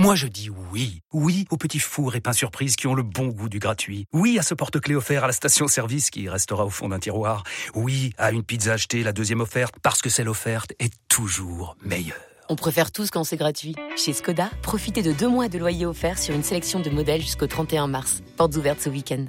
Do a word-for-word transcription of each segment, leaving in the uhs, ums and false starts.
Moi je dis oui. Oui aux petits fours et pains surprises qui ont le bon goût du gratuit. Oui à ce porte-clés offert à la station-service qui restera au fond d'un tiroir. Oui à une pizza achetée, la deuxième offerte, parce que celle offerte est toujours meilleure. On préfère tous quand c'est gratuit. Chez Skoda, profitez de deux mois de loyer offert sur une sélection de modèles jusqu'au trente et un mars. Portes ouvertes ce week-end.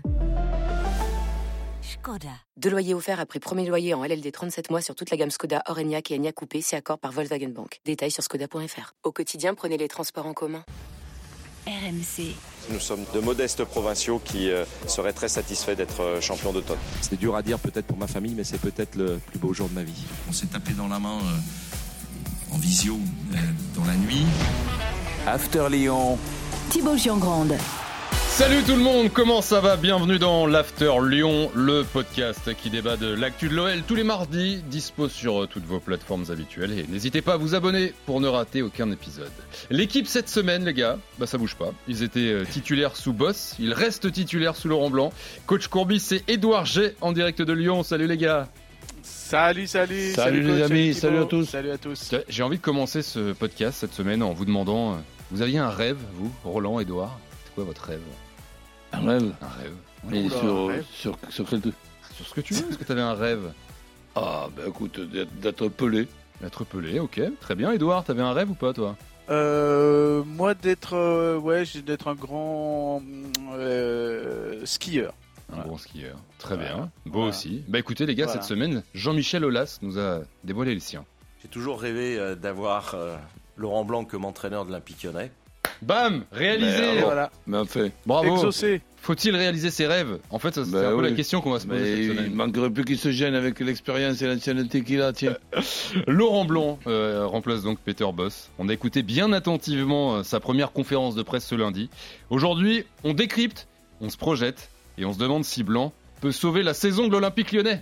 Skoda. Deux loyers offerts après premier loyer en L L D trente-sept mois sur toute la gamme Skoda, Orenia et Enyaq Coupé, c'est accord par Volkswagen Bank. Détails sur skoda point f r. Au quotidien, prenez les transports en commun. R M C. Nous sommes de modestes provinciaux qui euh, seraient très satisfaits d'être euh, champions d'automne. C'est dur à dire peut-être pour ma famille, mais c'est peut-être le plus beau jour de ma vie. On s'est tapé dans la main euh, en visio euh, dans la nuit. After Lyon. Thibaut Giangrande. Salut tout le monde, comment ça va ? Bienvenue dans l'After Lyon, le podcast qui débat de l'actu de l'O L tous les mardis, dispo sur toutes vos plateformes habituelles et n'hésitez pas à vous abonner pour ne rater aucun épisode. L'équipe cette semaine les gars, bah ça bouge pas, ils étaient titulaires sous Boss, ils restent titulaires sous Laurent Blanc. Coach Courbis c'est Édouard G en direct de Lyon, salut les gars. Salut, salut, salut, salut les coach, amis, salut, salut à tous. Salut à tous. J'ai envie de commencer ce podcast cette semaine en vous demandant, vous aviez un rêve vous, Roland, Édouard ? C'est quoi votre rêve ? Un rêve Un rêve. Mais Oula, sur, un rêve. sur, sur quel truc ? Sur ce que tu veux, est-ce que tu avais un rêve ? Ah, ben écoute, d'être, d'être Pelé. D'être Pelé, ok, très bien. Édouard, t'avais un rêve ou pas, toi ? Euh, moi, d'être, euh, ouais, j'ai d'être un grand euh, skieur. Un Voilà. bon skieur. Très Voilà. bien. Beau Voilà. aussi. Bah écoutez, les gars, Voilà. cette semaine, Jean-Michel Aulas nous a dévoilé le sien. J'ai toujours rêvé euh, d'avoir euh, Laurent Blanc comme entraîneur de l'Olympique Lyonnais. Bam ! Réalisé Mais Et alors, voilà. Mais enfin, Bravo Exaucé. Faut-il réaliser ses rêves ? En fait, ça, c'est Ben un peu oui. la question qu'on va se poser mais cette il semaine. manquerait plus qu'il se gêne avec l'expérience et l'ancienneté qu'il a, tiens. Laurent Blanc euh, remplace donc Peter Bosz. On a écouté bien attentivement euh, sa première conférence de presse ce lundi. Aujourd'hui, on décrypte, on se projette et on se demande si Blanc peut sauver la saison de l'Olympique Lyonnais.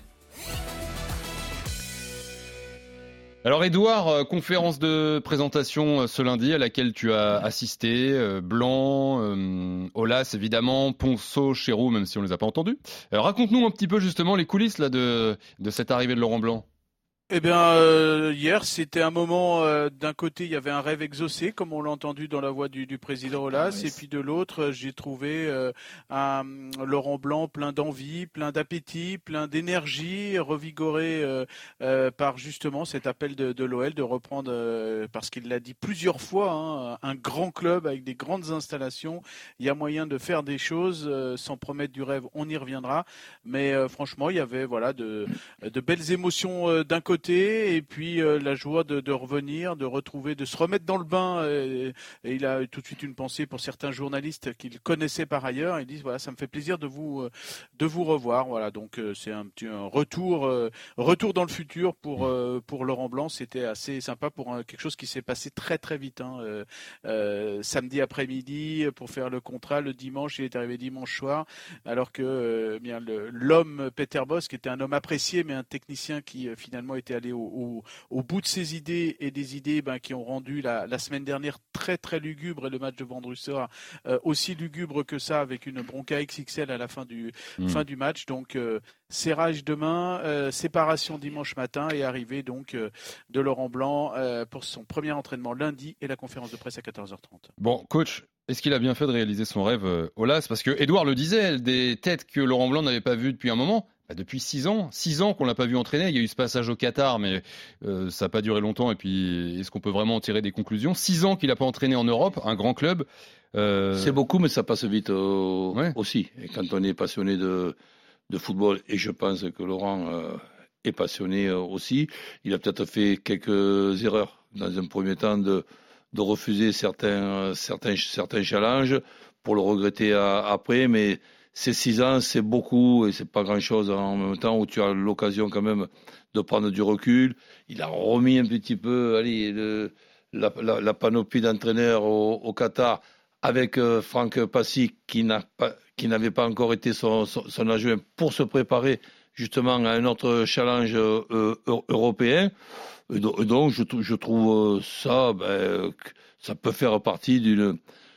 Alors Édouard, euh, conférence de présentation euh, ce lundi à laquelle tu as assisté, euh, Blanc, euh, Aulas évidemment, Ponceau, Chéroux, même si on les a pas entendus. Euh, raconte-nous un petit peu justement les coulisses là de, de cette arrivée de Laurent Blanc. Eh bien, euh, hier, c'était un moment, euh, d'un côté, il y avait un rêve exaucé, comme on l'a entendu dans la voix du, du président Aulas, Ah oui. et puis de l'autre, euh, j'ai trouvé euh, un Laurent Blanc plein d'envie, plein d'appétit, plein d'énergie, revigoré euh, euh, par justement cet appel de, de l'O L de reprendre, euh, parce qu'il l'a dit plusieurs fois, hein, un grand club avec des grandes installations. Il y a moyen de faire des choses euh, sans promettre du rêve, on y reviendra. Mais euh, franchement, il y avait voilà de, de belles émotions euh, d'un côté, et puis euh, la joie de, de revenir, de retrouver, de se remettre dans le bain. Et, et il a tout de suite une pensée pour certains journalistes qu'il connaissait par ailleurs. Ils disent voilà, ça me fait plaisir de vous euh, de vous revoir. Voilà, donc euh, c'est un petit un retour euh, retour dans le futur pour euh, pour Laurent Blanc. C'était assez sympa pour un, quelque chose qui s'est passé très très vite. Hein. Euh, euh, samedi après-midi pour faire le contrat, le dimanche il est arrivé dimanche soir, alors que euh, bien le, l'homme Peter Bosz, qui était un homme apprécié mais un technicien qui euh, finalement était allé au, au, au bout de ses idées et des idées ben, qui ont rendu la, la semaine dernière très très lugubre et le match de vendredi soir euh, aussi lugubre que ça, avec une bronca X X L à la fin du, Mmh. fin du match. Donc euh, serrage demain, euh, séparation dimanche matin et arrivée donc euh, de Laurent Blanc euh, pour son premier entraînement lundi et la conférence de presse à quatorze heures trente. Bon, coach, est-ce qu'il a bien fait de réaliser son rêve, euh, Aulas ? Parce que Édouard le disait, des têtes que Laurent Blanc n'avait pas vues depuis un moment. Bah depuis six ans, six ans qu'on l'a pas vu entraîner. Il y a eu ce passage au Qatar, mais euh, ça n'a pas duré longtemps. Et puis, est-ce qu'on peut vraiment en tirer des conclusions ? Six ans qu'il n'a pas entraîné en Europe, un grand club. Euh... C'est beaucoup, mais ça passe vite euh, Ouais. aussi. Et quand on est passionné de, de football, et je pense que Laurent euh, est passionné euh, aussi, il a peut-être fait quelques erreurs. Dans un premier temps, de, de refuser certains, certains, certains challenges pour le regretter à, après, mais ces six ans, c'est beaucoup et c'est pas grand-chose en même temps où tu as l'occasion quand même de prendre du recul. Il a remis un petit peu, allez, le, la, la, la panoplie d'entraîneurs au, au Qatar avec euh, Franck Passy qui n'a pas, qui n'avait pas encore été son, son, son adjoint pour se préparer justement à un autre challenge euh, euh, européen. Et donc, je, je trouve ça, ben, ça peut faire partie d'une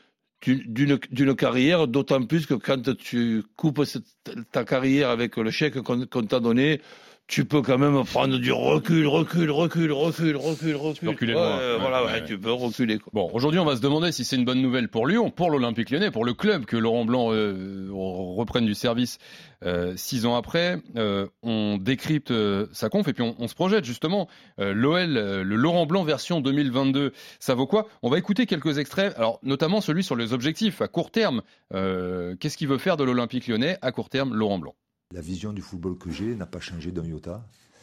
D'une, d'une carrière, d'autant plus que quand tu coupes cette, ta carrière avec le chèque qu'on, qu'on t'a donné, tu peux quand même prendre du recul, recul, recul, recul, recul, recul. Tu peux reculer ouais, loin. euh, Ouais, voilà, ouais, ouais, ouais. tu peux reculer. Quoi. Bon, aujourd'hui, on va se demander si c'est une bonne nouvelle pour Lyon, pour l'Olympique Lyonnais, pour le club, que Laurent Blanc euh, reprenne du service euh, six ans après. Euh, on décrypte euh, sa conf et puis on, on se projette justement. Euh, L'O L, euh, le Laurent Blanc version deux mille vingt-deux, ça vaut quoi? On va écouter quelques extraits, alors notamment celui sur les objectifs à court terme. Euh, qu'est-ce qu'il veut faire de l'Olympique Lyonnais à court terme, Laurent Blanc? La vision du football que j'ai n'a pas changé d'un iota.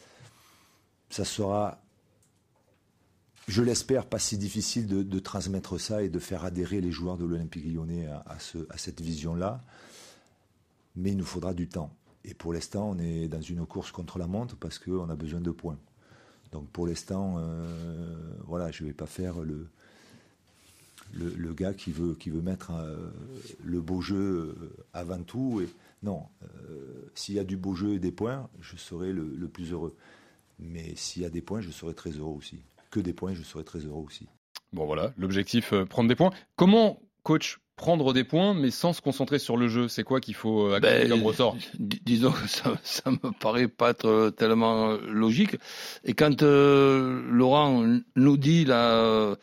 Ça sera, je l'espère, pas si difficile de, de transmettre ça et de faire adhérer les joueurs de l'Olympique Lyonnais à, à, ce, à cette vision-là. Mais il nous faudra du temps. Et pour l'instant, on est dans une course contre la montre parce qu'on a besoin de points. Donc pour l'instant, euh, voilà, je ne vais pas faire le, le, le gars qui veut, qui veut mettre euh, le beau jeu avant tout. Et, non, euh, s'il y a du beau jeu et des points, je serai le, le plus heureux. Mais s'il y a des points, je serai très heureux aussi. Que des points, je serai très heureux aussi. Bon voilà, l'objectif, euh, prendre des points. Comment, coach, prendre des points, mais sans se concentrer sur le jeu? C'est quoi qu'il faut activer ben, comme ressort? d- Disons que ça, ça me paraît pas être tellement logique. Et quand euh, Laurent nous dit là,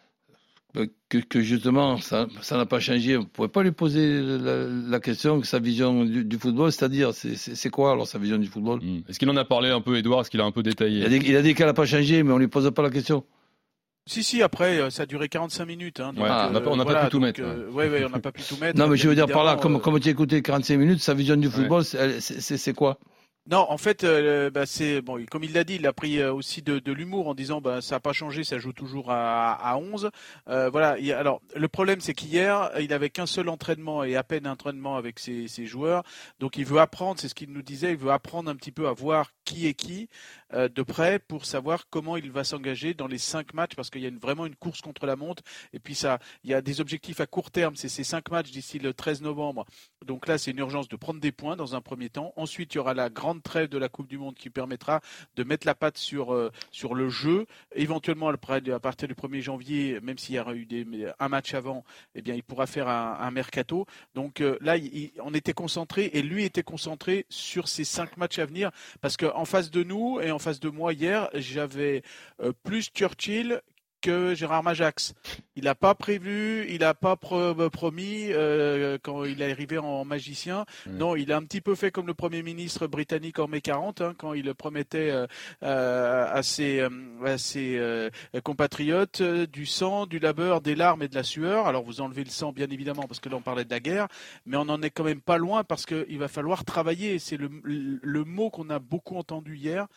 que, que justement ça, ça n'a pas changé, on ne pourrait pas lui poser la, la question que sa vision du, du football, c'est-à-dire, c'est, c'est, c'est quoi alors sa vision du football? mmh. Est-ce qu'il en a parlé un peu, Edouard? Est-ce qu'il a un peu détaillé? Il a dit, il a dit qu'elle n'a pas changé, mais on ne lui pose pas la question. Si, si, après, ça a duré quarante-cinq minutes. Hein, donc, ouais, euh, on n'a pas, voilà, pu tout donc, mettre. Euh, ouais, ouais, on n'a pas pu tout mettre. Non, mais je veux dire par là, euh... comme, comme tu as écouté quarante-cinq minutes, sa vision du football, ouais. c'est, c'est, c'est, c'est quoi? Non, en fait, euh, bah, c'est bon. Comme il l'a dit, il a pris euh, aussi de, de l'humour en disant, bah, ça n'a pas changé, ça joue toujours à, à onze. Euh, voilà. Il, alors, le problème, c'est qu'hier, il n'avait qu'un seul entraînement et à peine un entraînement avec ses, ses joueurs. Donc, il veut apprendre. C'est ce qu'il nous disait. Il veut apprendre un petit peu à voir qui est qui euh, de près pour savoir comment il va s'engager dans les cinq matchs, parce qu'il y a une, vraiment une course contre la montre. Et puis ça, il y a des objectifs à court terme. C'est ces cinq matchs d'ici le treize novembre. Donc là, c'est une urgence de prendre des points dans un premier temps. Ensuite, il y aura la grande trêve de la Coupe du Monde qui permettra de mettre la patte sur euh, sur le jeu. Éventuellement, à partir du premier janvier, même s'il y aura eu des, un match avant, eh bien, il pourra faire un, un mercato. Donc euh, là, il, on était concentré et lui était concentré sur ces cinq matchs à venir, parce qu'en face de nous et en face de moi hier, j'avais euh, plus Churchill que Gérard Majax. Il n'a pas prévu, il n'a pas pro- promis euh, quand il est arrivé en magicien. Mmh. Non, il a un petit peu fait comme le Premier ministre britannique en mai quarante, hein, quand il promettait euh, euh, à ses, euh, à ses euh, compatriotes euh, du sang, du labeur, des larmes et de la sueur. Alors vous enlevez le sang, bien évidemment, parce que là on parlait de la guerre, mais on n'en est quand même pas loin, parce qu'il va falloir travailler. C'est le, le, le mot qu'on a beaucoup entendu hier.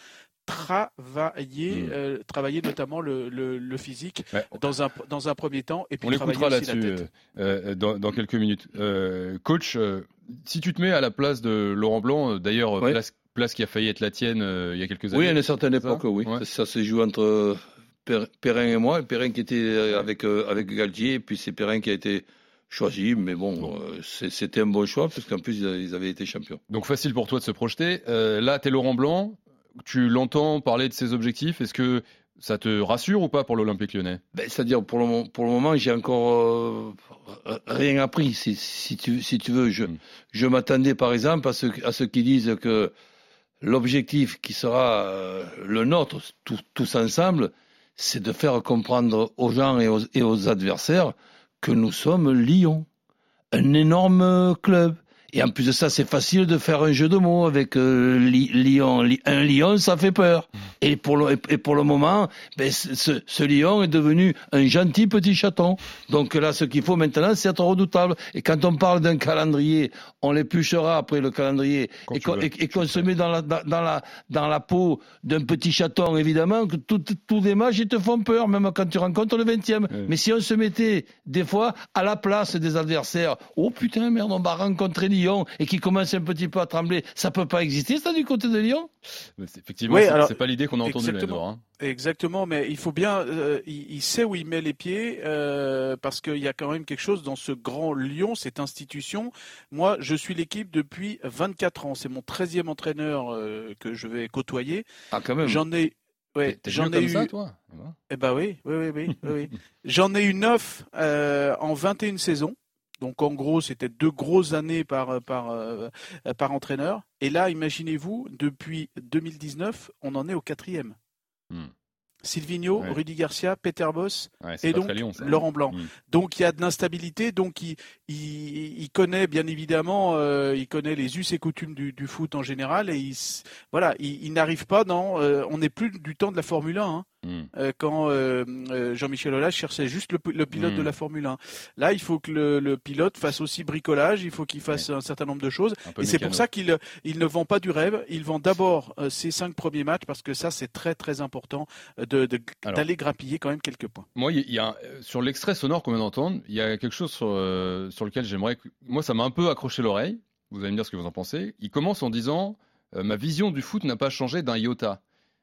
Travailler, mmh. euh, travailler notamment le, le, le physique ouais. dans, un, dans un premier temps, et puis on travailler l'écoutera aussi là-dessus la tête. Euh, dans, dans quelques minutes. Euh, coach, euh, si tu te mets à la place de Laurent Blanc, euh, d'ailleurs ouais. place, place qui a failli être la tienne euh, il y a quelques années. Oui, à une certaine époque, oui. Ouais. Ça, ça se joue entre Perrin et moi. Perrin qui était avec, euh, avec Galtier, et puis c'est Perrin qui a été choisi, mais bon, bon. Euh, c'était un bon choix, parce qu'en plus ils avaient été champions. Donc facile pour toi de se projeter. Euh, là, tu es Laurent Blanc. Tu l'entends parler de ses objectifs. Est-ce que ça te rassure ou pas pour l'Olympique Lyonnais? Ben, c'est-à-dire, pour le, pour le moment, j'ai encore euh, rien appris, si, si, tu, si tu veux. Je, mmh. je m'attendais, par exemple, à ceux, à ceux qui disent que l'objectif qui sera euh, le nôtre, tout, tous ensemble, c'est de faire comprendre aux gens et aux, et aux adversaires que nous sommes Lyon, un énorme club. Et en plus de ça, c'est facile de faire un jeu de mots avec euh, li, Lyon. Li, un lion, ça fait peur. Et pour le, et pour le moment, ben, ce, ce lion est devenu un gentil petit chaton. Donc là, ce qu'il faut maintenant, c'est être redoutable. Et quand on parle d'un calendrier, on l'épluchera après le calendrier, quand et, qu'on, et, et qu'on se met dans la, dans, dans la, dans la peau d'un petit chaton, évidemment, que tous les matchs, ils te font peur, même quand tu rencontres le vingtième. Oui. Mais si on se mettait, des fois, à la place des adversaires, oh putain, merde, on va rencontrer Lyon, et qui commence un petit peu à trembler, ça peut pas exister, ça, du côté de Lyon? C'est, effectivement, oui, c'est, alors, c'est pas l'idée qu'on a entendue là, Edouard. Hein. Exactement, mais il faut bien, euh, il, il sait où il met les pieds, euh, parce qu'il y a quand même quelque chose dans ce grand Lyon, cette institution. Moi, je suis l'équipe depuis vingt-quatre ans, c'est mon treizième entraîneur euh, que je vais côtoyer. Ah, quand même. J'en ai... Ouais, T'es j'en ai comme eu. Ça, toi Eh ben oui, oui, oui, oui, oui. J'en ai eu neuf euh, en vingt et une saisons. Donc en gros, c'était deux grosses années par, par, euh, par entraîneur. Et là, imaginez-vous, depuis deux mille dix-neuf, on en est au quatrième. Hmm. Silvinho, ouais. Rudy Garcia, Peter Bosz ouais, et donc Lyon, Laurent Blanc. Mmh. Donc il y a de l'instabilité, donc il, il, il connaît bien évidemment, euh, il connaît les us et coutumes du, du foot en général et il, voilà, il, il n'arrive pas dans, euh, on n'est plus du temps de la Formule un. Hein. Mmh. Euh, quand euh, euh, Jean-Michel Aulas cherchait juste le, le pilote mmh. de la Formule un. Là, il faut que le, le pilote fasse aussi bricolage, il faut qu'il fasse ouais. un certain nombre de choses. Et mécano. C'est pour ça qu'il il ne vend pas du rêve, il vend d'abord euh, ses cinq premiers matchs parce que ça, c'est très très important de, de, Alors, d'aller grappiller quand même quelques points. Moi, il y a sur l'extrait sonore qu'on vient d'entendre, il y a quelque chose sur, euh, sur lequel j'aimerais. Moi, ça m'a un peu accroché l'oreille. Vous allez me dire ce que vous en pensez. Il commence en disant euh, ma vision du foot n'a pas changé d'un iota.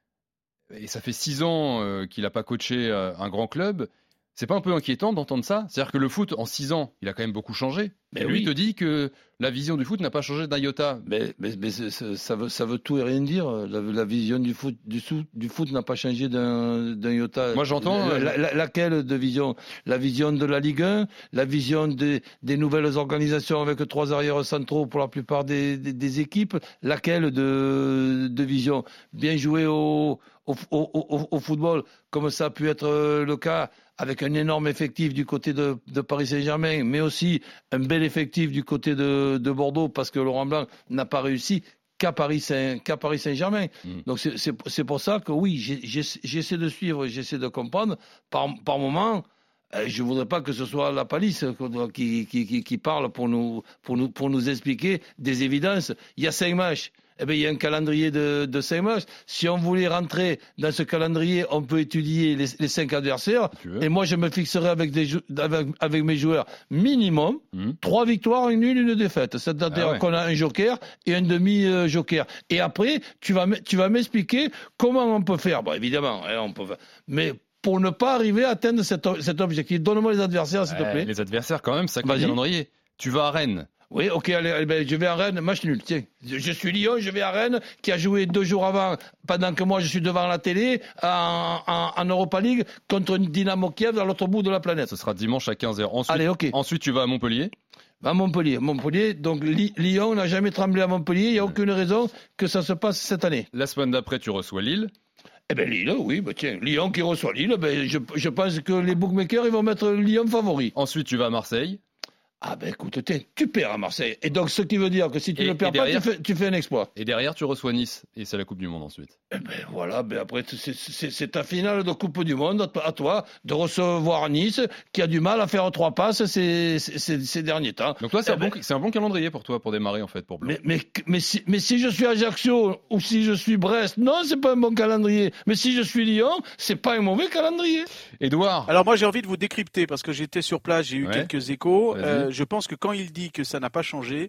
Et ça fait six ans euh, qu'il n'a pas coaché euh, un grand club. C'est pas un peu inquiétant d'entendre ça ? C'est-à-dire que le foot, en six ans, il a quand même beaucoup changé. Mais et lui oui. te dit que la vision du foot n'a pas changé d'un iota. Mais, mais, mais ça, veut, ça veut tout et rien dire. La, la vision du foot, du, du foot n'a pas changé d'un, d'un iota. Moi, j'entends... La, la, la, laquelle de vision ? La vision de la Ligue un ? La vision des, des nouvelles organisations avec trois arrières centraux pour la plupart des, des, des équipes ? Laquelle de, de vision ? Bien joué au... Au, au, au, au football, comme ça a pu être le cas avec un énorme effectif du côté de, de Paris Saint-Germain, mais aussi un bel effectif du côté de, de Bordeaux, parce que Laurent Blanc n'a pas réussi qu'à Paris, Saint, qu'à Paris Saint-Germain. Mmh. Donc c'est, c'est, c'est pour ça que oui, j'ai, j'ai, j'essaie de suivre, j'essaie de comprendre. Par, par moment, je ne voudrais pas que ce soit la Palisse qui, qui, qui, qui parle pour nous, pour, nous, pour nous expliquer des évidences. Il y a cinq matchs. Eh bien, il y a un calendrier de, de cinq matchs. Si on voulait rentrer dans ce calendrier, on peut étudier les, les cinq adversaires. Et moi, je me fixerai avec, des, avec, avec mes joueurs minimum mmh. trois victoires, une nulle, une défaite. C'est-à-dire ah ouais. qu'on a un joker et un demi-joker. Et après, tu vas, tu vas m'expliquer comment on peut faire. Bon, évidemment, hein, on peut faire. Mais pour ne pas arriver à atteindre cet, cet objectif. Donne-moi les adversaires, s'il ouais, te plaît. Les adversaires, quand même, sacré calendrier. Tu vas à Rennes. Oui, ok, allez, allez ben, je vais à Rennes, match nul. Tiens, je suis Lyon, je vais à Rennes, qui a joué deux jours avant, pendant que moi je suis devant la télé, en, en, en Europa League, contre une Dynamo Kiev dans l'autre bout de la planète. Ce sera dimanche à quinze heures. Ensuite, allez, ok. Ensuite, tu vas à Montpellier. À Montpellier, Montpellier. Donc Lyon n'a jamais tremblé à Montpellier. Il n'y a aucune raison que ça se passe cette année. La semaine d'après, tu reçois Lille. Eh bien, Lille, oui, bah tiens, Lyon qui reçoit Lille, ben, je, je pense que les bookmakers, ils vont mettre Lyon favori. Ensuite, tu vas à Marseille. Ah ben écoute, tu perds à Marseille. Et donc, ce qui veut dire que si tu ne perds derrière, pas, tu fais, tu fais un exploit. Et derrière, tu reçois Nice. Et c'est la Coupe du Monde ensuite. Eh ben voilà, ben après, c'est, c'est, c'est ta finale de Coupe du Monde à toi de recevoir Nice, qui a du mal à faire trois passes ces, ces, ces derniers temps. Donc toi, c'est, eh un, ben, bon, c'est un bon calendrier pour toi, pour démarrer en fait, pour Blanc. Mais, mais, mais, si, mais si je suis Ajaccio ou si je suis Brest, non, c'est pas un bon calendrier. Mais si je suis Lyon, c'est pas un mauvais calendrier. Édouard. Alors moi, j'ai envie de vous décrypter parce que j'étais sur place, j'ai eu ouais. quelques échos. Euh, je pense que quand il dit que ça n'a pas changé,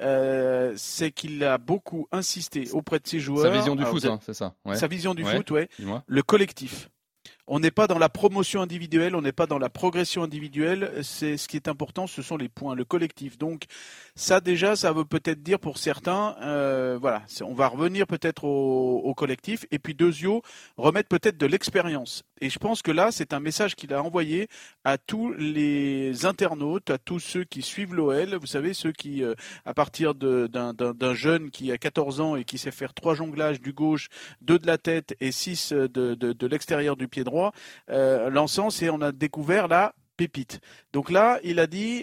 euh, c'est qu'il a beaucoup insisté auprès de ses joueurs. Sa vision du Alors, foot, hein, c'est ça. Ouais. Sa vision du ouais. foot, ouais. Dis-moi. Le collectif. On n'est pas dans la promotion individuelle, on n'est pas dans la progression individuelle. C'est ce qui est important, ce sont les points, le collectif. Donc ça déjà, ça veut peut-être dire pour certains, euh, voilà, on va revenir peut-être au, au collectif. Et puis Dezio remettre peut-être de l'expérience. Et je pense que là, c'est un message qu'il a envoyé à tous les internautes, à tous ceux qui suivent l'O L. Vous savez, ceux qui, euh, à partir de, d'un, d'un, d'un jeune qui a quatorze ans et qui sait faire trois jonglages du gauche, deux de la tête et six de, de, de l'extérieur du pied droit, euh, l'encens, et on a découvert la pépite. Donc là, il a dit,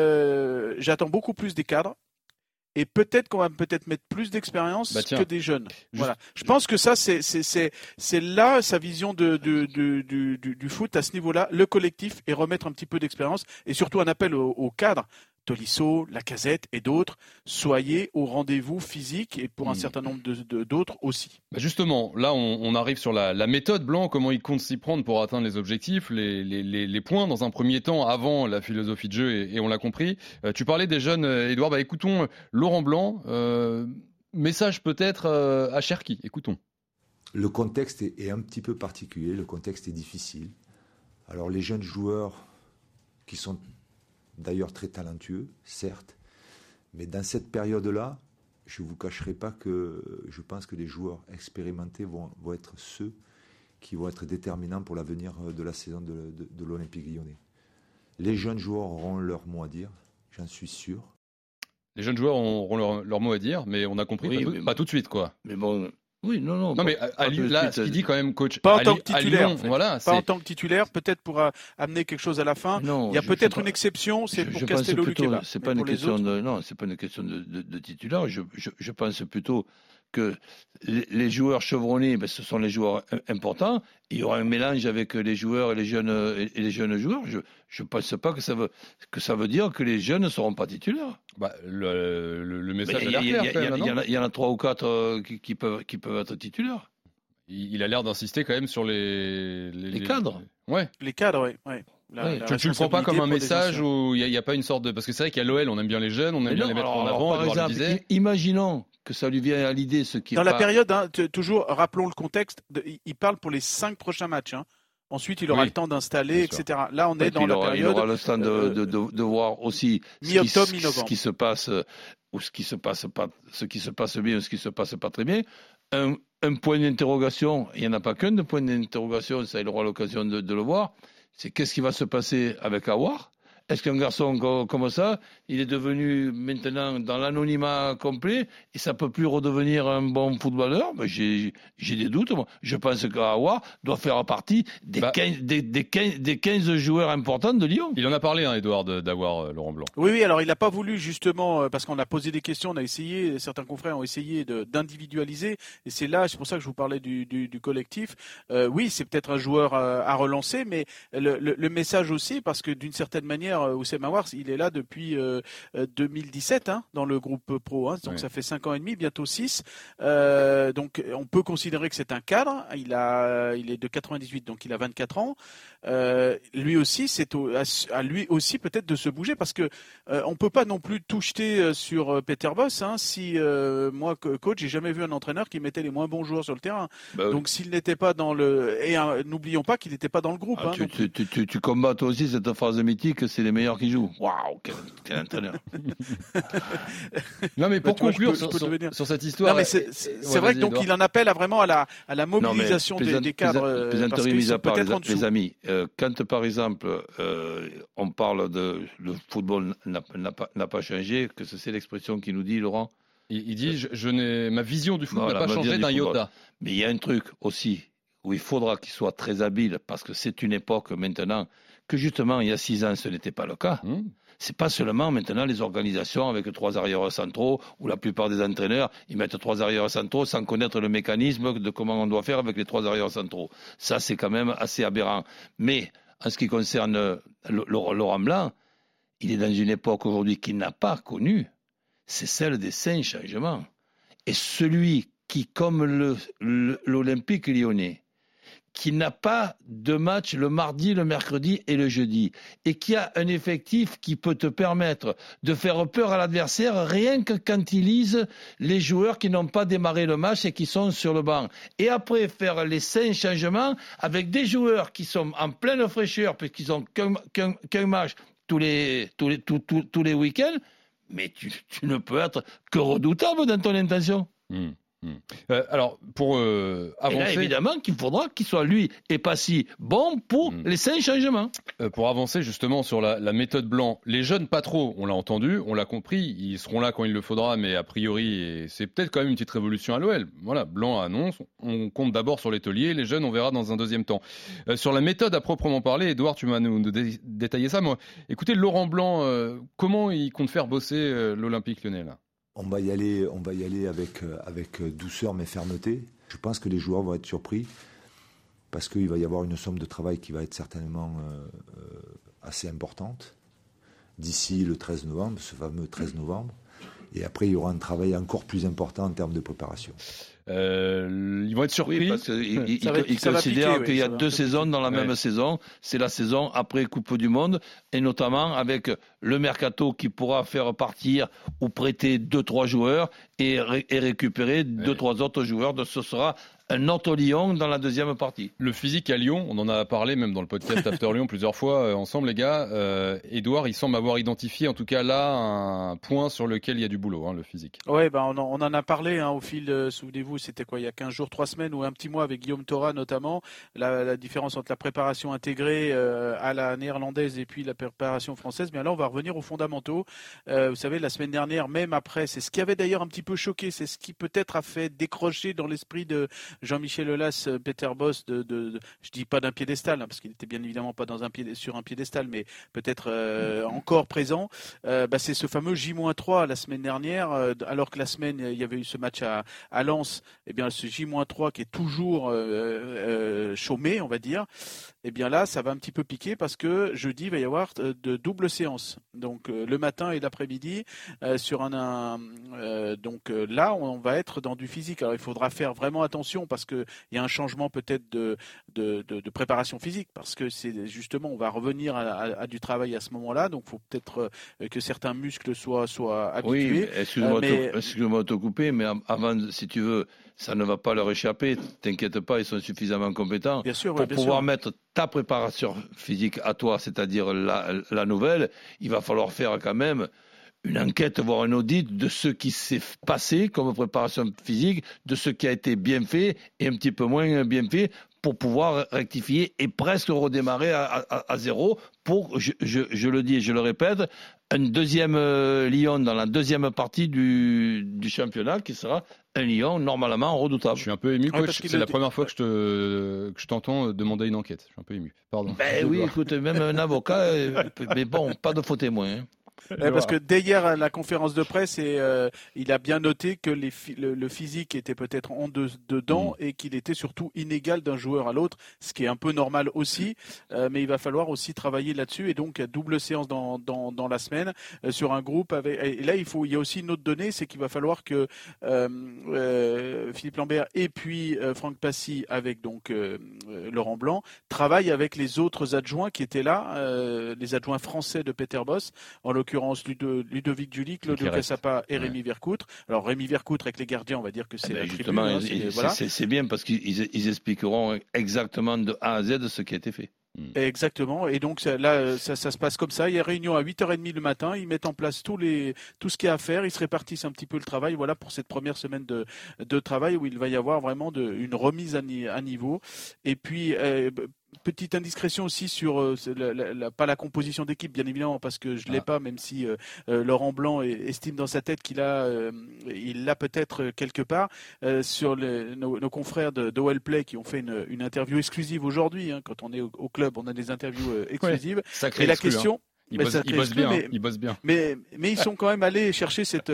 euh, j'attends beaucoup plus des cadres. Et peut-être qu'on va peut-être mettre plus d'expérience bah que des jeunes. Juste... Voilà. Je pense que ça, c'est, c'est, c'est, c'est là sa vision de, de, de, du, du, du foot à ce niveau-là, le collectif, et remettre un petit peu d'expérience, et surtout un appel aux, aux cadres. Tolisso, Lacazette et d'autres, soyez au rendez-vous physique et pour un mmh. certain nombre de, de, d'autres aussi. Bah justement, là on, on arrive sur la, la méthode Blanc, comment il compte s'y prendre pour atteindre les objectifs, les, les, les, les points dans un premier temps avant la philosophie de jeu et, et on l'a compris. Euh, tu parlais des jeunes, Édouard, bah écoutons Laurent Blanc, euh, message peut-être euh, à Cherki, écoutons. Le contexte est, est un petit peu particulier, le contexte est difficile. Alors les jeunes joueurs qui sont d'ailleurs très talentueux, certes, mais dans cette période-là, je ne vous cacherai pas que je pense que les joueurs expérimentés vont, vont être ceux qui vont être déterminants pour l'avenir de la saison de, de, de l'Olympique Lyonnais. Les jeunes joueurs auront leur mot à dire, j'en suis sûr. Les jeunes joueurs auront leur, leur mot à dire, mais on a compris, Oui, pas, mais tout, pas bon. tout de suite, quoi. Mais bon, oui, non, non. Non, pas, mais à, à, pas tout de là, suite, ce qu'il dit quand même, coach. Pas en à, tant que titulaire. à Lyon, en fait. voilà, pas c'est... en tant que titulaire, peut-être pour euh, amener quelque chose à la fin. Non, Il y a je- peut-être je une pense- exception, c'est je- pour je pense Castello plutôt- Luqueba. C'est Mais pas une pour les question autres- de, non, c'est pas une question de, de, de titulaire. Je, je, je pense plutôt que les, les joueurs chevronnés, ben, ce sont les joueurs im- importants. Il y aura un mélange avec les joueurs et les jeunes et, et les jeunes joueurs. Je je pense pas que ça veut que ça veut dire que les jeunes ne seront pas titulaires. Bah, le, le, le message Mais a il y, l'air a- il y clair, a- quand il y même, en non a- il y en a trois ou quatre euh, qui, qui peuvent qui peuvent être titulaires. il, il a l'air d'insister quand même sur les... Les cadres. Ouais. Les cadres, oui. Ouais. La- Ouais. la Tu, tu le prends pas comme un responsabilité pour des message anciens. où il n'y a, a pas une sorte de... Parce que c'est vrai qu'à l'O L, on aime bien les jeunes, on aime Mais bien non, les mettre alors- en alors, avant, par Edouard le exemple, disait. i- imaginons que ça lui vient à l'idée ce qui est Dans la pas- période, hein, t- toujours, rappelons le contexte, de- il- il parle pour les cinq prochains matchs. Hein. Ensuite, il aura Oui, le temps d'installer, bien sûr. et cetera. Là, on Et est puis dans il la aura, il période aura le temps de, euh, de, de, de voir aussi ce qui, mi-octobre, ce mi-novembre. qui se passe euh, ou ce qui se passe pas, ce qui se passe bien ou ce qui se passe pas très bien. Un, un point d'interrogation, il n'y en a pas qu'un de point d'interrogation, ça il aura l'occasion de, de le voir. C'est qu'est-ce qui va se passer avec Aouar? Est-ce qu'un garçon co- comme ça, il est devenu maintenant dans l'anonymat complet et ça peut plus redevenir un bon footballeur? Ben, j'ai, j'ai des doutes. Moi. Je pense qu'Aouar doit faire partie des, Bah. quinze, des, des, quinze, des quinze joueurs importants de Lyon. Il en a parlé, hein, Edouard, de- d'avoir euh, Laurent Blanc. Oui, oui, alors il n'a pas voulu justement, euh, parce qu'on a posé des questions, on a essayé, certains confrères ont essayé de- d'individualiser, et c'est là, c'est pour ça que je vous parlais du, du, du collectif. Euh, oui, c'est peut-être un joueur euh, à relancer, mais le, le, le message aussi, parce que d'une certaine manière, euh, Oussem Aouar, il est là depuis euh, euh, deux mille dix-sept, hein, dans le groupe pro, hein, donc Oui. ça fait cinq ans et demi, bientôt six. Euh, donc on peut considérer que c'est un cadre, il, a, il est de quatre-vingt-dix-huit, donc il a vingt-quatre ans. Euh, lui aussi, c'est au, à, à lui aussi peut-être de se bouger, parce que euh, on peut pas non plus tout jeter euh, sur euh, Peter Bosz. Hein, si euh, moi, co- coach, j'ai jamais vu un entraîneur qui mettait les moins bons joueurs sur le terrain. Bah oui. Donc s'il n'était pas dans le, et euh, n'oublions pas qu'il n'était pas dans le groupe. Ah, hein, tu, donc- tu, tu, tu, tu combats toi aussi cette phrase mythique, c'est les meilleurs qui jouent. Waouh, quel, quel entraîneur. Non, mais pour Bah, tu vois, je conclure peux- je sur, peux sur- devenir. sur cette histoire... Non, mais c'est euh, c'est- euh, c'est ouais, vrai vas-y, que donc Edouard. il en appelle à vraiment à la, à la Non, mais mobilisation des, plaisant- des cadres. plaisant- euh, plaisanterie parce qu'ils mise sont à part, peut-être les, en dessous. les amis, euh, quand par exemple euh, on parle de le football n'a n'a pas, n'a pas changé, que c'est l'expression qui nous dit, Laurent. Il, il dit, je, je n'ai, ma vision du foot Voilà, n'a pas ma changé vision d'un du football. iota. Mais il y a un truc aussi où il faudra qu'il soit très habile, parce que c'est une époque maintenant que justement il y a six ans ce n'était pas le cas. Mmh. C'est pas seulement maintenant les organisations avec trois arrières centraux où la plupart des entraîneurs ils mettent trois arrières centraux sans connaître le mécanisme de comment on doit faire avec les trois arrières centraux. Ça c'est quand même assez aberrant. Mais en ce qui concerne le- le- Laurent Blanc, il est dans une époque aujourd'hui qu'il n'a pas connue. C'est celle des cinq changements. Et celui qui, comme le- le- l'Olympique lyonnais, qui n'a pas de match le mardi, le mercredi et le jeudi, et qui a un effectif qui peut te permettre de faire peur à l'adversaire rien que quand il lise les joueurs qui n'ont pas démarré le match et qui sont sur le banc. Et après, faire les cinq changements avec des joueurs qui sont en pleine fraîcheur, puisqu'ils n'ont qu'un, qu'un, qu'un match tous les, tous les, tous, tous, tous les week-ends, mais tu, tu ne peux être que redoutable dans ton intention. Mmh. Mmh. Euh, alors, pour euh, Et là, avancer... évidemment qu'il faudra qu'il soit lui et pas si bon pour Mmh. les cinq changements. Euh, pour avancer justement sur la, la méthode Blanc, les jeunes pas trop, on l'a entendu, on l'a compris, ils seront là quand il le faudra, mais a priori, et c'est peut-être quand même une petite révolution à l'O L. Voilà, Blanc annonce, on compte d'abord sur les tauliers, les jeunes on verra dans un deuxième temps. Euh, sur la méthode à proprement parler, Edouard, tu m'as nous, nous dé- détaillé ça. Moi, écoutez, Laurent Blanc, euh, comment il compte faire bosser euh, l'Olympique Lyonnais là? On va y aller, on va y aller avec, euh, avec douceur mais fermeté. Je pense que les joueurs vont être surpris parce qu'il va y avoir une somme de travail qui va être certainement euh, euh, assez importante d'ici le treize novembre, ce fameux treize novembre. Et après, il y aura un travail encore plus important en termes de préparation. Euh, ils vont être surpris. Oui, parce qu'il il, Ça va- il ça va considère piquer, oui, qu'il y a ça va deux un peu saisons dans la Ouais. même saison. C'est la saison après Coupe du Monde, et notamment avec le mercato qui pourra faire partir ou prêter deux, trois joueurs et, ré- et récupérer deux, trois autres joueurs. Donc, ce sera un autre Lyon dans la deuxième partie. Le physique à Lyon, on en a parlé même dans le podcast After Lyon plusieurs fois euh, ensemble les gars. Euh, Edouard, il semble avoir identifié en tout cas là un point sur lequel il y a du boulot, hein, le physique. Ouais, ben on, en, on en a parlé hein, au fil, euh, souvenez-vous, c'était quoi, il y a quinze jours, trois semaines ou un petit mois avec Guillaume Thora notamment, la, la différence entre la préparation intégrée euh, à la néerlandaise et puis la préparation française. Mais là, on va revenir aux fondamentaux. Euh, vous savez, la semaine dernière, même après, c'est ce qui avait d'ailleurs un petit peu choqué, c'est ce qui peut-être a fait décrocher dans l'esprit de Jean-Michel Aulas, Peter Bosz, de, de, de, je dis pas d'un piédestal, hein, parce qu'il était bien évidemment pas dans un pied, sur un piédestal, mais peut-être euh, encore présent. Euh, bah, c'est ce fameux J moins trois la semaine dernière, euh, alors que la semaine il y avait eu ce match à, à Lens. Eh bien, ce J moins trois qui est toujours euh, euh, chômé, on va dire. Eh bien là, ça va un petit peu piquer parce que jeudi il va y avoir de doubles séances, donc euh, le matin et l'après-midi euh, sur un, un euh, donc euh, là on va être dans du physique. Alors il faudra faire vraiment attention parce que il y a un changement peut-être de de, de de préparation physique parce que c'est justement on va revenir à, à, à du travail à ce moment-là, donc il faut peut-être euh, que certains muscles soient soient habitués. Oui, excuse-moi, euh, mais... de, excuse-moi de te couper, mais avant, si tu veux, ça ne va pas leur échapper. T'inquiète pas, ils sont suffisamment compétents bien sûr, pour ouais, bien pouvoir sûr. mettre ta préparation physique à toi, c'est-à-dire la, la nouvelle. Il va falloir faire quand même une enquête, voire un audit de ce qui s'est passé comme préparation physique, de ce qui a été bien fait et un petit peu moins bien fait, pour pouvoir rectifier et presque redémarrer à, à, à zéro pour, je, je, je le dis et je le répète, un deuxième euh, Lyon dans la deuxième partie du, du championnat qui sera un Lyon normalement redoutable. Je suis un peu ému, coach. Ouais, c'est la dit... première fois que je, te, que je t'entends demander une enquête. Je suis un peu ému. Pardon. Ben oui, écoute, même un avocat, mais bon, pas de faux témoins. Hein. Ouais, parce que dès hier à la conférence de presse, et, euh, il a bien noté que les fi- le, le physique était peut-être en de, dedans mmh. et qu'il était surtout inégal d'un joueur à l'autre, ce qui est un peu normal aussi. Euh, mais il va falloir aussi travailler là-dessus et donc double séance dans, dans, dans la semaine euh, sur un groupe. Avec, et là, il faut, il y a aussi une autre donnée, c'est qu'il va falloir que euh, euh, Philippe Lambert et puis euh, Franck Passy avec donc euh, euh, Laurent Blanc travaillent avec les autres adjoints qui étaient là, euh, les adjoints français de Peter Bosz, en l'occurrence Ludovic Duly, Claudio Cassapa et Rémi ouais. Vercoutre. Alors Rémi Vercoutre avec les gardiens, on va dire que c'est ah ben la justement, tribune. Hein, c'est, voilà. c'est, c'est bien parce qu'ils ils expliqueront exactement de A à Z ce qui a été fait. Exactement. Et donc là, ça, ça se passe comme ça. Il y a réunion à huit heures trente le matin. Ils mettent en place tous les, tout ce qu'il y a à faire. Ils se répartissent un petit peu le travail. Voilà pour cette première semaine de, de travail où il va y avoir vraiment de, une remise à, ni, à niveau. Et puis, euh, petite indiscrétion aussi sur euh, la, la, la, pas la composition d'équipe bien évidemment parce que je l'ai ah. pas, même si euh, euh, Laurent Blanc estime dans sa tête qu'il a euh, il l'a peut-être quelque part euh, sur les, nos, nos confrères de, de Well Play qui ont fait une, une interview exclusive aujourd'hui, hein, quand on est au, au club on a des interviews euh, exclusives ouais, et la question hein. Ils bossent, ils bossent bien, mais, ils bossent bien. Mais, mais ils sont quand même allés chercher cette,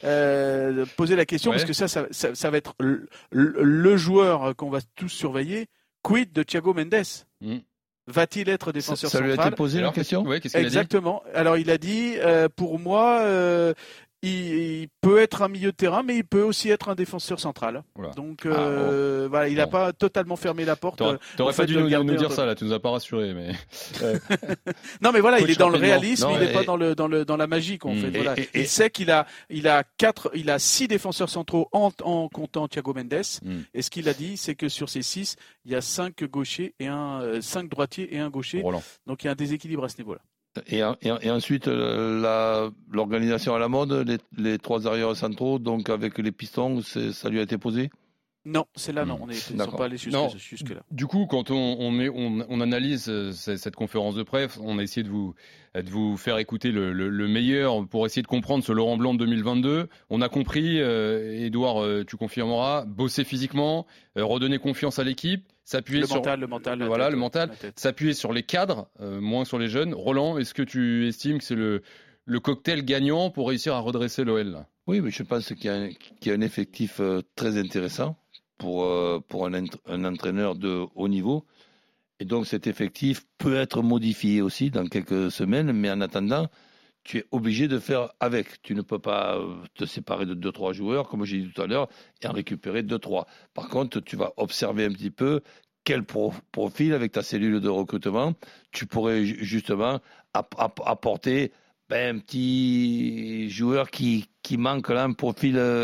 euh, poser la question ouais. parce que ça, ça, ça, ça va être le, le joueur qu'on va tous surveiller. Quid de Thiago Mendes mmh. Va-t-il être défenseur ça, ça central? Ça lui a été posé la question ouais, qu'est-ce qu'il Exactement. A dit Alors il a dit, euh, pour moi, euh, il, il peut être un milieu de terrain, mais il peut aussi être un défenseur central. Voilà. Donc euh, ah, bon. voilà, il n'a bon. pas totalement fermé la porte. T'aurais, t'aurais pas dû nous, nous dire ça là, tu nous as pas rassuré, mais. Euh... non mais voilà, il est dans le réalisme, non, il n'est et... pas dans le dans le dans la magie qu'on mmh. fait. Voilà. Et, et, il sait qu'il a il a quatre, il a six défenseurs centraux en, en comptant Thiago Mendes. Mmh. Et ce qu'il a dit, c'est que sur ces six, il y a cinq gauchers et un euh, cinq droitiers et un gaucher. Roland. Donc il y a un déséquilibre à ce niveau-là. Et, et, et ensuite, la, l'organisation à la mode, les, les trois arrières centraux, donc avec les pistons, c'est, ça lui a été posé ? Non, c'est là, non. On ne sont pas allés jusque, jusque là. Du coup, quand on, on, met, on, on analyse cette conférence de presse, on a essayé de vous, de vous faire écouter le, le, le meilleur pour essayer de comprendre ce Laurent Blanc de deux mille vingt-deux. On a compris, euh, Edouard, euh, tu confirmeras, bosser physiquement, euh, redonner confiance à l'équipe, s'appuyer le sur mental, le mental, voilà, tête, le mental, s'appuyer sur les cadres, euh, moins sur les jeunes. Roland, est-ce que tu estimes que c'est le, le cocktail gagnant pour réussir à redresser l'O L là ? Oui, mais je pense qu'il y a un, qu'il y a un effectif euh, très intéressant pour, euh, pour un, un entraîneur de haut niveau. Et donc cet effectif peut être modifié aussi dans quelques semaines, mais en attendant, tu es obligé de faire avec. Tu ne peux pas te séparer de deux trois joueurs, comme j'ai dit tout à l'heure, et en récupérer deux trois. Par contre, tu vas observer un petit peu quel pro- profil, avec ta cellule de recrutement, tu pourrais justement app- app- apporter ben, un petit joueur qui, qui manque là, un profil... Euh,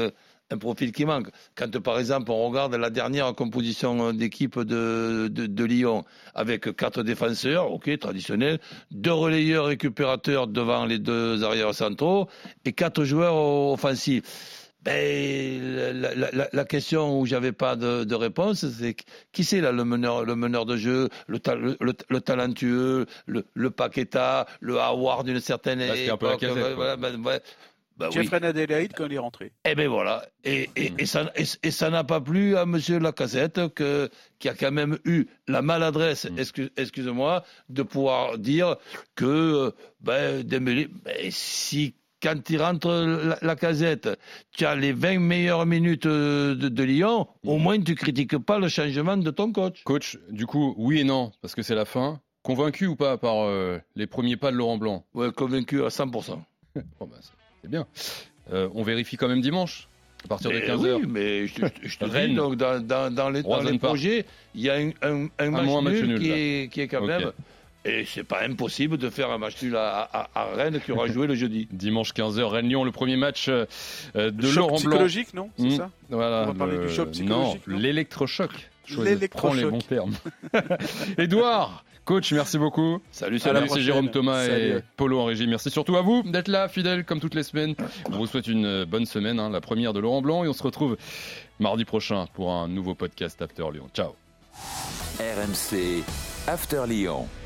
un profil qui manque. Quand par exemple on regarde la dernière composition d'équipe de, de, de Lyon avec quatre défenseurs, ok, traditionnels, deux relayeurs récupérateurs devant les deux arrières centraux et quatre joueurs offensifs. Ben, la, la, la, la question où j'avais pas de, de réponse, c'est qui c'est là le meneur, le meneur de jeu, le, ta, le, le, le talentueux, le, le Paqueta, le Howard d'une certaine là, époque. Un peu la casette, voilà, ben, ben, ben, Jeffrey oui. Adélaïde quand il est rentré. Eh ben voilà. Et, et, mmh. et, ça, et, et ça n'a pas plu à Monsieur Lacazette que, qui a quand même eu la maladresse, mmh. excuse, excuse-moi, de pouvoir dire que ben, Dembélé, ben, si quand il rentre la, la casette, tu as les vingt meilleures minutes de, de Lyon, mmh. au moins tu critiques pas le changement de ton coach. Coach, du coup, oui et non, parce que c'est la fin. Convaincu ou pas par euh, les premiers pas de Laurent Blanc? Ouais, convaincu à cent pour cent. Bon, bah, c'est bien. Euh, on vérifie quand même dimanche, à partir mais de quinze heures. Oui, mais je, je te dis, donc, dans, dans, dans les, dans les projets, il y a un, un, un, match, un match nul, nul qui, est, qui est quand okay. même... Et c'est pas impossible de faire un match nul à, à, à Rennes qui aura joué le jeudi. Dimanche quinze heures, Rennes-Lyon, le premier match euh, de choc Laurent Blanc. Psychologique, non? C'est mmh. ça voilà, On va parler le... du choc psychologique. Non, non l'électrochoc. L'électrochoc. Prends les bons termes. Édouard, coach, merci beaucoup. Salut, salut. Merci Jérôme Thomas salut. et Polo en régie. Merci surtout à vous d'être là, fidèles comme toutes les semaines. On vous souhaite une bonne semaine, hein, la première de Laurent Blanc. Et on se retrouve mardi prochain pour un nouveau podcast After Lyon. Ciao. R M C After Lyon.